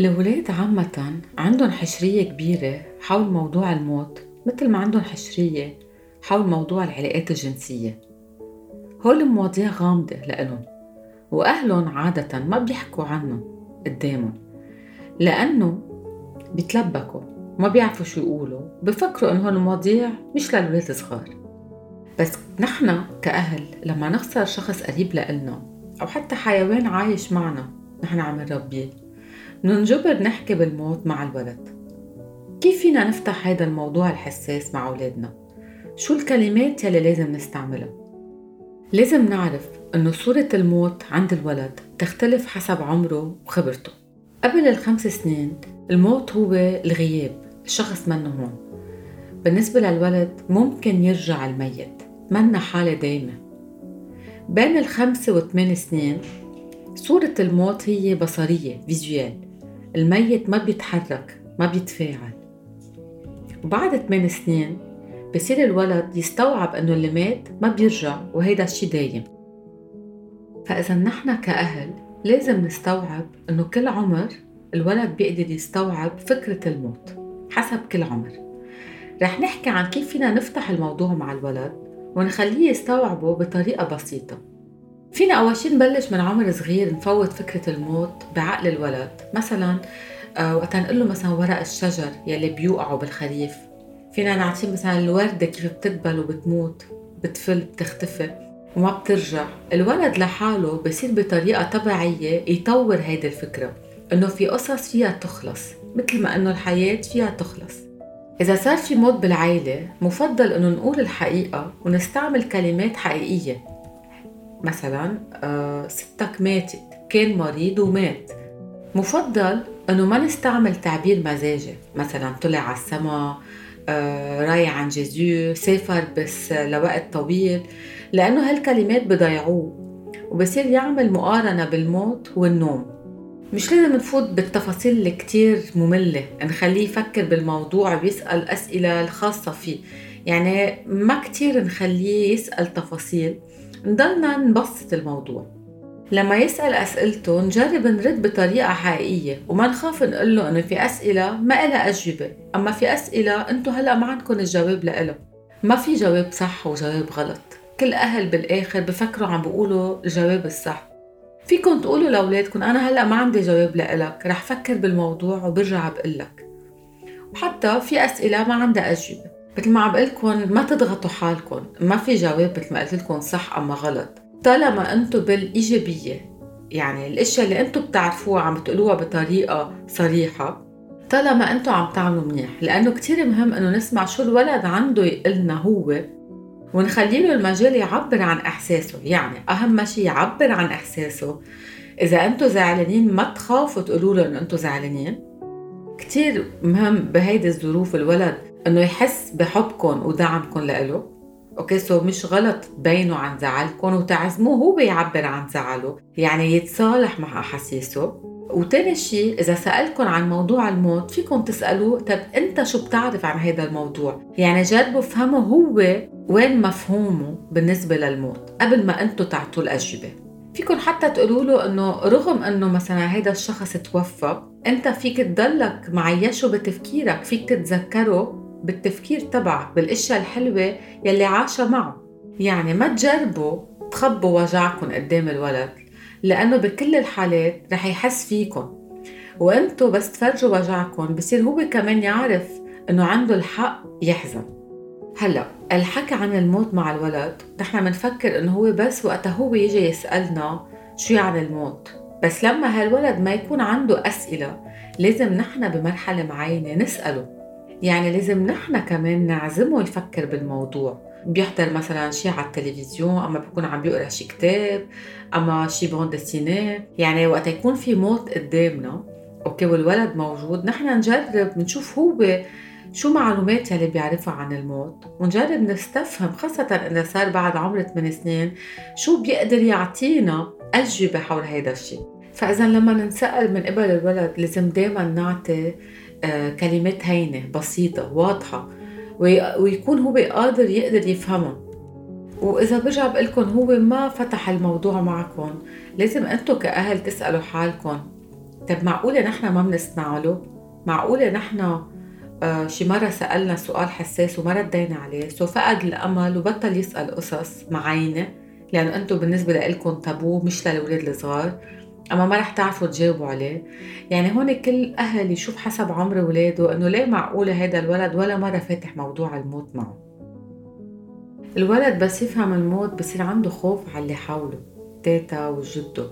الولاد عامة عندهم حشرية كبيرة حول موضوع الموت، مثل ما عندهم حشرية حول موضوع العلاقات الجنسية. هول مواضيع غامضة لإلهم، وأهلهم عادة ما بيحكوا عنهم قدامهم لأنه بيتلبكوا، ما بيعرفوا شو يقولوا، بفكروا إنه هول المواضيع مش للولاد الصغار. بس نحن كأهل لما نخسر شخص قريب لإلنا أو حتى حيوان عايش معنا نحن عم نربيه، ننجبر نحكي بالموت مع الولد. كيف فينا نفتح هذا الموضوع الحساس مع أولادنا؟ شو الكلمات يلي لازم نستعملها؟ لازم نعرف أنه صورة الموت عند الولد تختلف حسب عمره وخبرته. قبل 5 سنين الموت هو الغياب، الشخص منه هون. بالنسبة للولد ممكن يرجع الميت، منا حالة دايمة. بين 5 و8 سنين صورة الموت هي بصرية، فيزيوال، الميت ما بيتحرك، ما بيتفاعل. وبعد 8 سنين بصير الولد يستوعب انه اللي مات ما بيرجع، وهيدا الشي دايم. فاذا نحن كأهل لازم نستوعب انه كل عمر الولد بيقدر يستوعب فكرة الموت حسب كل عمر. رح نحكي عن كيف فينا نفتح الموضوع مع الولد ونخليه يستوعبه بطريقة بسيطة. فينا أول شي نبلش من عمر صغير، نفوت فكرة الموت بعقل الولد. مثلا وقت نقول له مثلا ورق الشجر يلي بيوقعوا بالخريف، فينا نعطيه مثلا الوردة كيف بتدبل وبتموت، بتفل، بتختفي وما بترجع. الولد لحاله بصير بطريقة طبيعية يطور هيدي الفكرة انه في قصص فيها تخلص، مثل ما انه الحياة فيها تخلص. اذا صار في موت بالعائلة مفضل انه نقول الحقيقة ونستعمل كلمات حقيقية. مثلا ستك ماتت، كان مريض ومات. مفضل انه ما نستعمل تعبير مزاجي، مثلا طلع على السما، رايح عن جيزو، سافر بس لوقت طويل، لانه هالكلمات بضيعوه وبصير يعمل مقارنة بالموت والنوم. مش لازم نفوت بالتفاصيل اللي كتير مملة، نخليه يفكر بالموضوع ويسأل أسئلة الخاصة فيه. يعني ما كتير نخليه يسأل تفاصيل، نضلنا نبسط الموضوع. لما يسأل أسئلته نجرب نرد بطريقة حقيقية، وما نخاف نقول له إنه في أسئلة ما إلها أجوبة، أما في أسئلة أنتو هلأ ما عندكم الجواب لإلها. ما في جواب صح وجواب غلط، كل أهل بالآخر بفكروا عم بيقولوا الجواب الصح. فيكن تقولوا لأولادكم أنا هلأ ما عندي جواب لإلك، رح فكر بالموضوع وبرجع بقلك. وحتى في أسئلة ما عندها أجوبة، مثل ما عم بقلكن ما تضغطوا حالكم، ما في جواب مثل ما قلت لكم صح أما غلط، طالما أنتو بالإيجابية. يعني الاشياء اللي أنتو بتعرفوها عم بتقولوها بطريقة صريحة، طالما أنتو عم تعملوا منيح. لأنه كتير مهم أنه نسمع شو الولد عنده يقلنا هو، ونخليله المجال يعبر عن إحساسه. يعني أهم شيء يعبر عن إحساسه. إذا أنتو زعلانين ما تخافوا تقولوا له أنه أنتو زعلانين. كتير مهم بهيدي الظروف الولد أنه يحس بحبكم ودعمكم لإله. أوكي، سو مش غلط تبينوا عن زعلكم وتعزموه هو بيعبر عن زعله، يعني يتصالح مع أحاسيسه. وتاني شيء، إذا سألكم عن موضوع الموت فيكم تسألوه طب أنت شو بتعرف عن هذا الموضوع؟ يعني جربوا فهموا هو وين مفهومه بالنسبة للموت قبل ما أنتوا تعطوا الأجوبة. فيكم حتى تقولوا له أنه رغم أنه مثلا هذا الشخص توفى، أنت فيك تضلك معيشه بتفكيرك، فيك تتذكره بالتفكير تبعك بالاشياء الحلوة يلي عاشها معه. يعني ما تجربوا تخبوا وجعكم قدام الولد، لأنه بكل الحالات رح يحس فيكم، وانتو بس تفرجوا وجعكم بصير هو كمان يعرف انه عنده الحق يحزن. هلأ الحكي عن الموت مع الولد نحن منفكر انه هو بس وقتها هو يجي يسألنا شو يعني الموت. بس لما هالولد ما يكون عنده أسئلة لازم نحن بمرحلة معينة نسأله. يعني لازم نحن كمان نعزمه يفكر بالموضوع، بيحضر مثلا شي على التلفزيون، أما بيكون عم بيقرأ شي كتاب، أما شي بون ديسينيه. يعني وقت يكون في موت قدامنا أوكي والولد موجود، نحن نجرب نشوف هو شو معلومات يلي بيعرفها عن الموت، ونجرب نستفهم، خاصة إذا صار بعد عمر 8 سنين، شو بيقدر يعطينا أجوبة حول هيدا الشي. فإذا لما ننسأل من قبل الولد لازم دايما نعطي كلمات هينة بسيطة واضحة، ويكون هو قادر يقدر يفهمهم. وإذا برجع بقلكن هو ما فتح الموضوع معكم، لازم أنتو كأهل تسألوا حالكم طب معقولة نحن ما بنسمع له؟ معقولة نحن شي مرة سألنا سؤال حساس وما ردينا عليه فقد الأمل وبطل يسأل قصص معينة لأنه أنتم بالنسبة لإلكم تابو مش للولاد الصغار، أما ما رح تعرفوا تجاوبوا عليه. يعني هون كل أهل يشوف حسب عمر ولاده إنه ليه معقولة هيدا الولد ولا مرة فاتح موضوع الموت معه. الولد بس يفهم الموت بصير عنده خوف على اللي حوله، تيتا وجده.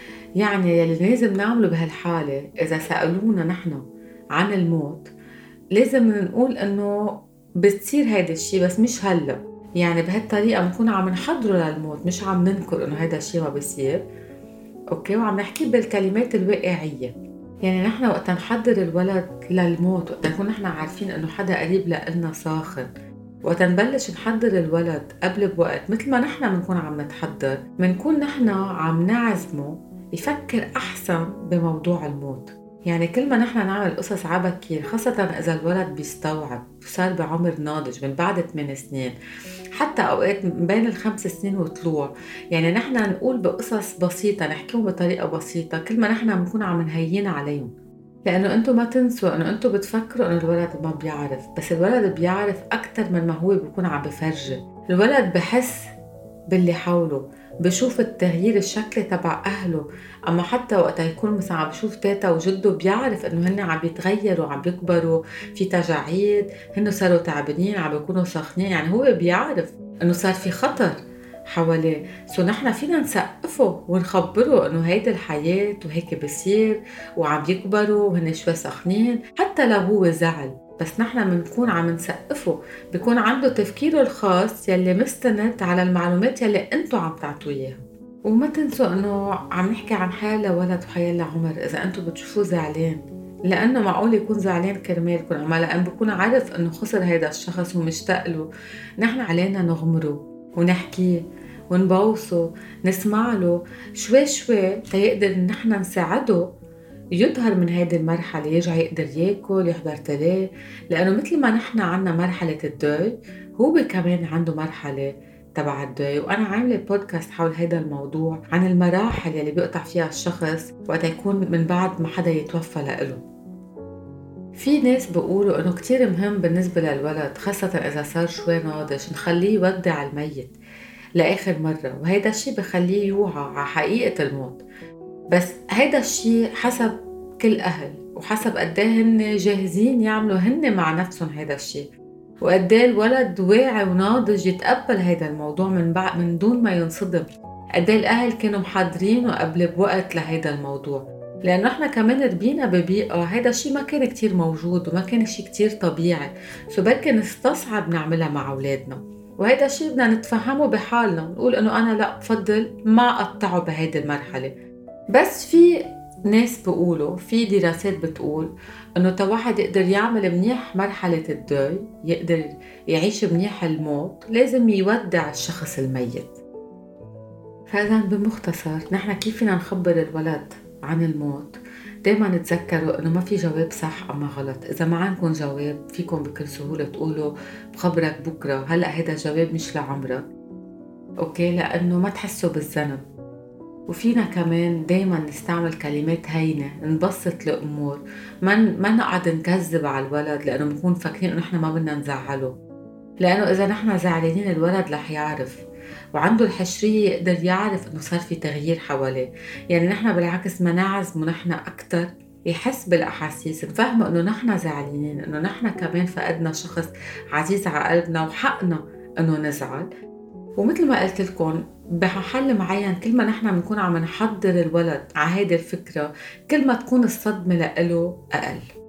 يعني يلي لازم نعمله بهالحالة إذا سألونا نحن عن الموت لازم نقول إنه بتصير هيدا الشي بس مش هلأ. يعني بهالطريقة بنكون عم نحضره للموت مش عم ننكر إنه هيدا الشي ما بيصير. أوكي، وعم نحكي بالكلمات الواقعية. يعني نحن وقت نحضر الولد للموت، وقت نكون نحن عارفين إنه حدا قريب لإلنا ساخن، وقت نبلش نحضر الولد قبل بوقت مثل ما نحن بنكون عم نتحضر، بنكون نحن عم نعزمه يفكر أحسن بموضوع الموت. يعني كل ما نحن نعمل قصص عبكير، خاصة إذا الولد بيستوعب وصار بعمر ناضج من بعد 8 سنين، حتى أوقات بين 5 سنين وطلوع، يعني نحن نقول بقصص بسيطة، نحكيهم بطريقة بسيطة، كل ما نحن بنكون عم نهين عليهم. لأنه أنتم ما تنسوا أنه أنتم بتفكروا أنه الولد ما بيعرف، بس الولد بيعرف أكتر من ما هو بيكون عم بفرجي. الولد بحس باللي حوله، بشوف التغيير الشكلي تبع أهله. أما حتى وقت يكون مثلا عم بشوف تيتا وجده بيعرف إنه هن عم بيتغيروا، عم بيكبروا، في تجاعيد، هن صاروا تعبانين، عم بيكونوا ساخنين. يعني هو بيعرف إنه صار في خطر حواليه. نحن فينا نسقفه ونخبره إنه هيدي الحياة وهيك بصير، وعم يكبروا وهن شوي ساخنين، حتى لو هو زعل. بس نحن بنكون عم نسقفه، بيكون عنده تفكيره الخاص يلي مستند على المعلومات يلي انتو عم تعطوه اياها. وما تنسوا انه عم نحكي عن حياة لولد وحياة لعمر. اذا انتو بتشوفوه زعلان، لانه معقول يكون زعلان كرمالكم، اما لان بكون عارف انه خسر هيدا الشخص ومشتاق له، نحن علينا نغمره ونحكيه ونبوسه، نسمع له شوي شوي تيقدر نحن نساعده يظهر من هيدي المرحلة، يرجع يقدر ياكل، يحضر تلاه. لأنه مثل ما نحن عنا مرحلة الدوي، هو كمان عنده مرحلة تبع الدوي. وأنا عاملة بودكاست حول هيدا الموضوع عن المراحل يلي بيقطع فيها الشخص وقت يكون من بعد ما حدا يتوفى لإله. في ناس بيقولوا إنه كتير مهم بالنسبة للولد، خاصة إذا صار شوي ناضج، نخليه يودع الميت لآخر مرة، وهيدا الشي بخليه يوعى على حقيقة الموت. بس هيدا الشي حسب كل أهل، وحسب قديه هن جاهزين يعملوا هن مع نفسهم هيدا الشي، وقديه الولد واعي وناضج يتقبل هيدا الموضوع من دون ما ينصدم. قديه الأهل كانوا محضرين وقبل بوقت لهيدا الموضوع، لأنه احنا كمان ربينا ببيئة هيدا الشي ما كان كتير موجود وما كان شي كتير طبيعي، بركي نستصعب نعملها مع أولادنا. وهيدا الشي بدنا نتفهمه بحالنا ونقول إنه أنا لا بفضل ما أقطعه بهيدي المرحلة. بس في ناس بيقولوا، في دراسات بتقول انه تا واحد يقدر يعمل منيح مرحلة الدوي، يقدر يعيش منيح الموت، لازم يودع الشخص الميت. فإذا بمختصر، نحن كيف فينا نخبر الولد عن الموت؟ دايما نتذكروا انه ما في جواب صح اما غلط. اذا ما عندكم جواب فيكم بكل سهولة تقولوا بخبرك بكرة، هلأ هيدا جواب مش لعمرك، اوكي، لانه ما تحسوا بالذنب. وفينا كمان دايما نستعمل كلمات هينة، نبسط الأمور، ما نقعد نكذب على الولد لأنه بنكون فاكرين إنه إحنا ما بدنا نزعله. لأنه إذا نحن زعلانين الولد رح يعرف، وعنده الحشرية يقدر يعرف إنه صار في تغيير حواليه. يعني نحن بالعكس ما نعزمه نحن أكتر يحس بالأحاسيس، نفهمه إنه نحن زعلانين، إنه نحن كمان فقدنا شخص عزيز على قلبنا وحقنا إنه نزعل. ومثل ما قلت لكم بحل معين، كل ما نحن بنكون عم نحضر الولد على هيدي الفكرة، كل ما تكون الصدمة لإله أقل.